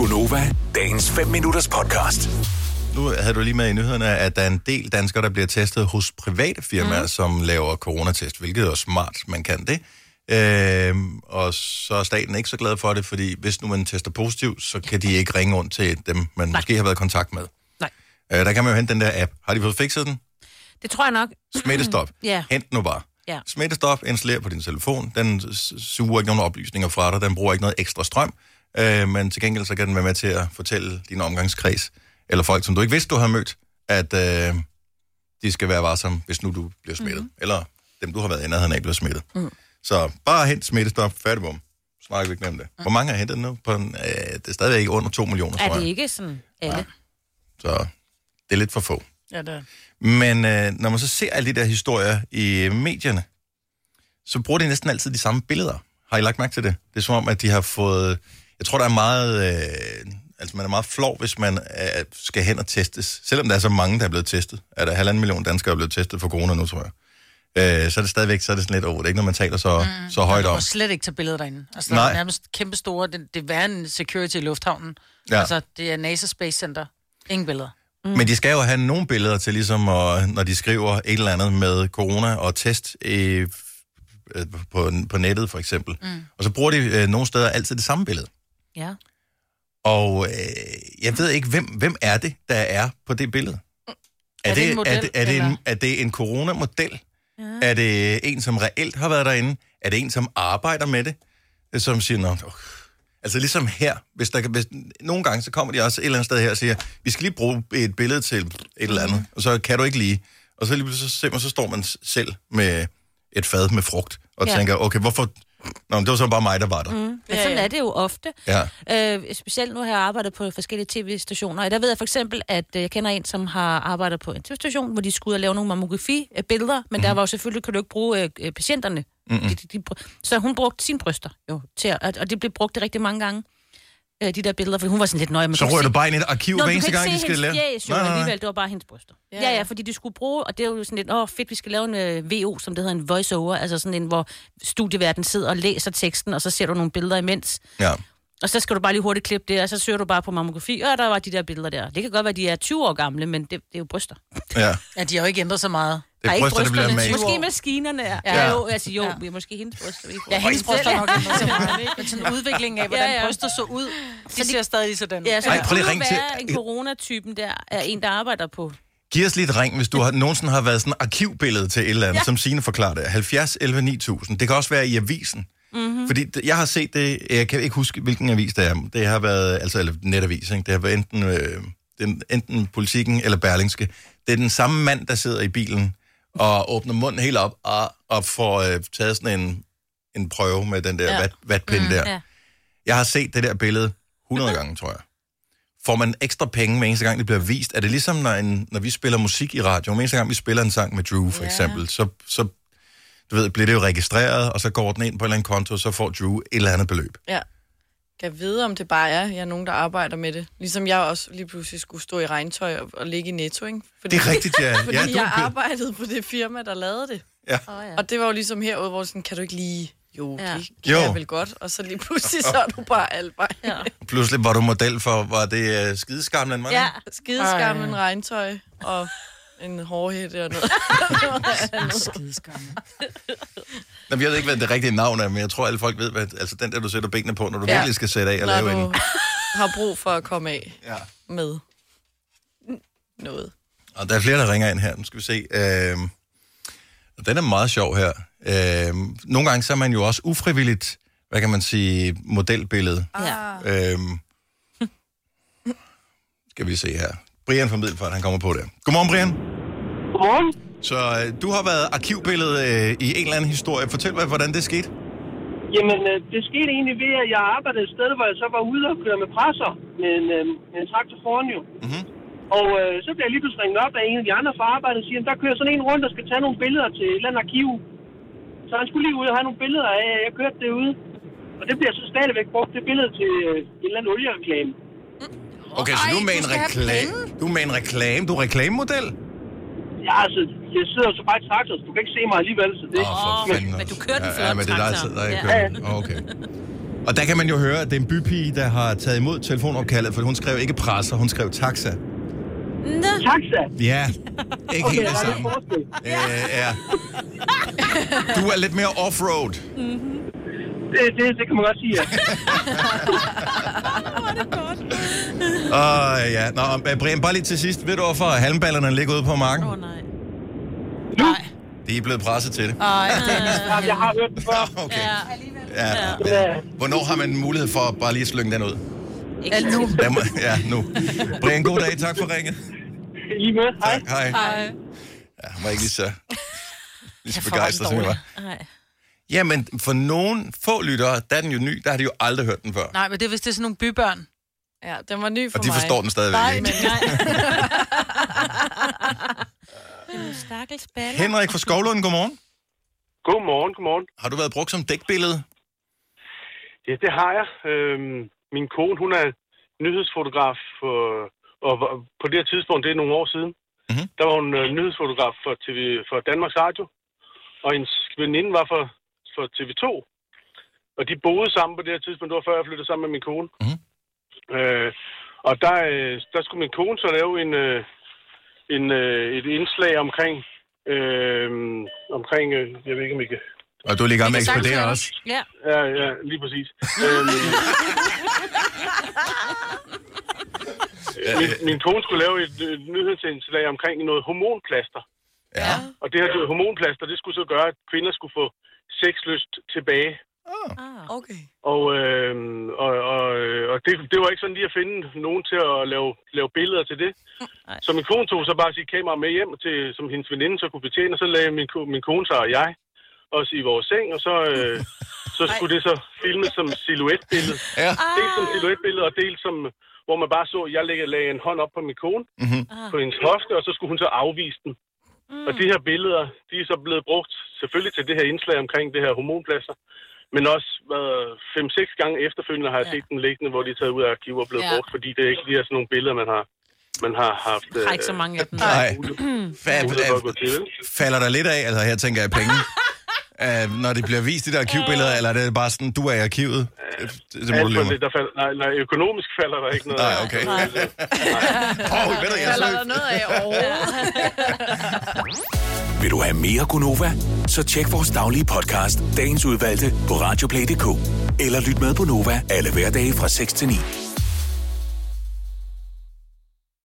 Gonova, dagens 5 minutters podcast. Nu havde du lige med i nyhederne, at der er en del danskere, der bliver testet hos private firmaer, som laver coronatest, hvilket er smart, man kan det. Og så er staten ikke så glad for det, fordi hvis nu man tester positivt, så kan de ikke ringe rundt til dem, man måske har været i kontakt med. Nej. Der kan man jo hente den der app. Har de fået fikset den? Det tror jeg nok. Smittestop. Ja. Hent nu bare. Ja. Smittestop, installér på din telefon. Den suger ikke nogen oplysninger fra dig. Den bruger ikke noget ekstra strøm. Men til gengæld så kan den være med til at fortælle din omgangskreds, eller folk, som du ikke vidste, du har mødt, at de skal være varsomme, hvis nu du bliver smittet. Eller dem, du har været i nærheden af, bliver smittet. Så bare hent Smittestop, færdigbom. Snakker vi ikke om det. Hvor mange har hentet nu? Det er stadigvæk ikke under 2 millioner, tror jeg. Er det ikke sådan alle? Ja. Så det er lidt for få. Ja, det er. Men når man så ser alle de der historier i medierne, så bruger de næsten altid de samme billeder. Har I lagt mærke til det? Det er som om, at de har fået... Jeg tror, der er meget... altså, man er meget flov, hvis man skal hen og testes. Selvom der er så mange, der er blevet testet. Er der 1,5 million danskere, der er blevet testet for corona nu, tror jeg. Så er det stadigvæk så er det sådan lidt over. Det er ikke noget, man taler så højt om. Du må slet ikke tage billeder derinde. Altså, der Nej. er nærmest kæmpe store. Det er værre end security i lufthavnen. Ja. Altså, det er NASA Space Center. Ingen billeder. Men de skal jo have nogle billeder til, ligesom når de skriver et eller andet med corona og test på nettet, for eksempel. Og så bruger de nogle steder altid det samme billede. Ja. Og jeg ved ikke, hvem er det, der er på det billede? Er det en model, er det en coronamodel? Ja. Er det en, som reelt har været derinde? Er det en, som arbejder med det? Som siger, altså ligesom her, hvis nogle gange, så kommer de også et eller andet sted her og siger, vi skal lige bruge et billede til et eller andet, og så kan du ikke lige. Og så lige pludselig så står man selv med et fad med frugt, og tænker, okay, hvorfor... Nå, men det var så bare mig, der var der. Men sådan er det jo ofte. Ja. Specielt nu har jeg arbejdet på forskellige tv-stationer, og der ved jeg for eksempel, at jeg kender en, som har arbejdet på en tv-station, hvor de skulle ud og lave nogle mammografi-billeder, men der var jo selvfølgelig, kan du ikke bruge patienterne. Så hun brugte sine bryster jo til, og det blev brugt rigtig mange gange. De der billeder, for hun var sådan lidt nøje med. Så rører du bare ind i et arkiv hver eneste gang, de skal lave? Nej, alligevel, det var bare hendes bryster. Ja, fordi de skulle bruge, og det er jo sådan lidt, fedt, vi skal lave en VO, som det hedder en voice-over, altså sådan en, hvor studieverden sidder og læser teksten, og så ser du nogle billeder imens. Ja. Og så skal du bare lige hurtigt klippe det, og så søger du bare på mammografi, og der var de der billeder der. Det kan godt være, at de er 20 år gamle, men det er jo bryster. Ja. Ja, de har jo ikke ændret så meget. Det er bryster, der bliver malet. Måske maskinerne er. Ja, jo, altså jo, måske hendes bryster. Ja, hendes bryster er nok ændret så meget, ikke? Men sådan en udvikling af, hvordan bryster så ud, de ser stadig lige sådan. Ja, så Ej, prøv lige det ring kunne til... være en coronatypen der, er en, der arbejder på. Giv os lige et ring, hvis du nogensinde har været sådan et arkivbillede til et eller andet, som Signe forklarer det. 70 11 9000. Det kan også være i avisen. Mm-hmm. Fordi jeg har set det, jeg kan ikke huske, hvilken avis det er. Det har været, altså eller netavis, ikke? Det har været enten Politikken eller Berlingske. Det er den samme mand, der sidder i bilen og åbner munden helt op og får taget sådan en prøve med den der vatpind der. Ja. Jeg har set det der billede 100 gange, tror jeg. Får man ekstra penge med eneste gang, det bliver vist? Er det ligesom, når vi spiller musik i radio? Eneste gang, vi spiller en sang med Drew, for eksempel, så du ved, bliver det jo registreret, og så går den ind på en eller anden konto, så får Drew et eller andet beløb. Ja. Kan vide, om det bare er, jeg er nogen, der arbejder med det. Ligesom jeg også lige pludselig skulle stå i regntøj og ligge i Netto, ikke? Det er rigtigt, ja. Fordi jeg arbejdede på det firma, der lavede det. Ja. Og det var jo ligesom herude, hvor sådan, kan du ikke lige... Jo, det kan Jo. jeg vel godt. Og så lige pludselig, så er du bare albej. Ja. Pludselig var du model for, var det skideskamlen, var det? Ja, skideskamlen, regntøj og en hårhætte og noget. Skideskammen. Jeg ved ikke, hvad det rigtige navn er, men jeg tror, alle folk ved, hvad, altså den der, du sætter benene på, når du virkelig skal sætte af og lave en... Når du har brug for at komme af med noget. Og der er flere, der ringer ind her. Nu skal vi se. Den er meget sjov her. Nogle gange så er man jo også ufrivilligt, hvad kan man sige, modelbillede. Skal vi se her. Brian fra Middelfart, han kommer på det. Godmorgen, Brian. Godmorgen. Så du har været arkivbillede i en eller anden historie. Fortæl mig, hvordan det skete. Jamen, det skete egentlig ved, at jeg arbejdede et sted, hvor jeg så var ude og køre med presser med en traktor foran jo. Mm-hmm. Og så bliver jeg lige pludselig ringet op af en af de andre fra arbejdet og siger, der kører sådan en rundt, der skal tage nogle billeder til et eller andet arkiv. Så han skulle lige ud og have nogle billeder af, at jeg kørte derude. Og det bliver så stadigvæk brugt, det billede til en eller anden oliereklame. Okay, så du er med en reklame. Du er med en reklame. Du er reklamemodel? Ja, altså, jeg sidder jo så bare i traktor, så du kan ikke se mig alligevel, så det... For fanden men du kører den flot men det er traktor. der jeg kører. Okay. Og der kan man jo høre, at det er en bypige, der har taget imod telefonopkaldet, for hun skrev ikke presser, hun skrev taxa. Taxa? Ja, ikke helt det samme. Ja. Du er lidt mere off-road. Det kan man godt sige, ja. Ja. Nå, Brian, bare lige til sidst. Ved du, hvorfor halmballerne ligger ude på marken? Nej. Nej. De er blevet presset til det. Ej, Jeg har hørt det før. Okay. Ja. Hvornår har man mulighed for bare lige at slynge den ud? Ikke nu. Nu. Brian, god dag. Tak for ringet. Lige med. Hej. Tak, hej. Ja, han var ikke lige så begejstret, som jeg var. Nej. Jamen, for nogen få lyttere, der er den jo ny. Der har de jo aldrig hørt den før. Nej, men det er vist det er sådan nogle bybørn. Ja, den var ny for mig. Og de forstår den stadigvæk Nej, ikke. men Stakkels baller. Henrik fra Skovlund, godmorgen. Godmorgen. Har du været brugt som dækbillede? Ja, det har jeg. Min kone, hun er nyhedsfotograf, og på det her tidspunkt, det er nogle år siden, der var hun nyhedsfotograf for Danmarks Radio, og hendes veninde var for TV2. Og de boede sammen på det her tidspunkt, det var før jeg flyttede sammen med min kone. Og der skulle min kone så lave et indslag omkring, jeg ved ikke om I kan... Og du er lige i gang med at ekspedere også. Ja. Ja, lige præcis. Min kone skulle lave et nyhedsindslag omkring noget hormonplaster. Ja. Og det her hormonplaster, det skulle så gøre, at kvinder skulle få sexlyst tilbage. Okay. Og det var ikke sådan lige at finde nogen til at lave billeder til det. Så min kone tog så bare sit kamera med hjem, som hendes veninde så kunne betjene, og så lagde min kone sig og jeg også i vores seng, og så skulle det så filmes som silhuetbillede. Ja. Dels som silhuetbillede, og dels som, hvor man bare så, at jeg lagde en hånd op på min kone, på hendes hofte, og så skulle hun så afvise den. Og de her billeder, de er så blevet brugt selvfølgelig til det her indslag omkring det her hormonplaster, men også 5-6 gange efterfølgende har jeg set dem liggende, hvor de er taget ud af arkiver og blevet brugt, fordi det er ikke lige sådan nogle billeder, man har haft... Der er ikke så mange af dem. Nej. Falder der lidt af? Altså, her tænker jeg penge. Når det bliver vist, de der arkivbilleder, eller er det bare sådan, du er i arkivet? Det må du leve med. Nej, økonomisk falder der ikke noget. Nej, okay. Falder der noget af Vil du have mere Gunova? Så tjek vores daglige podcast, dagens udvalgte, på radioplay.dk. Eller lyt med på Nova alle hverdage fra 6 til 9.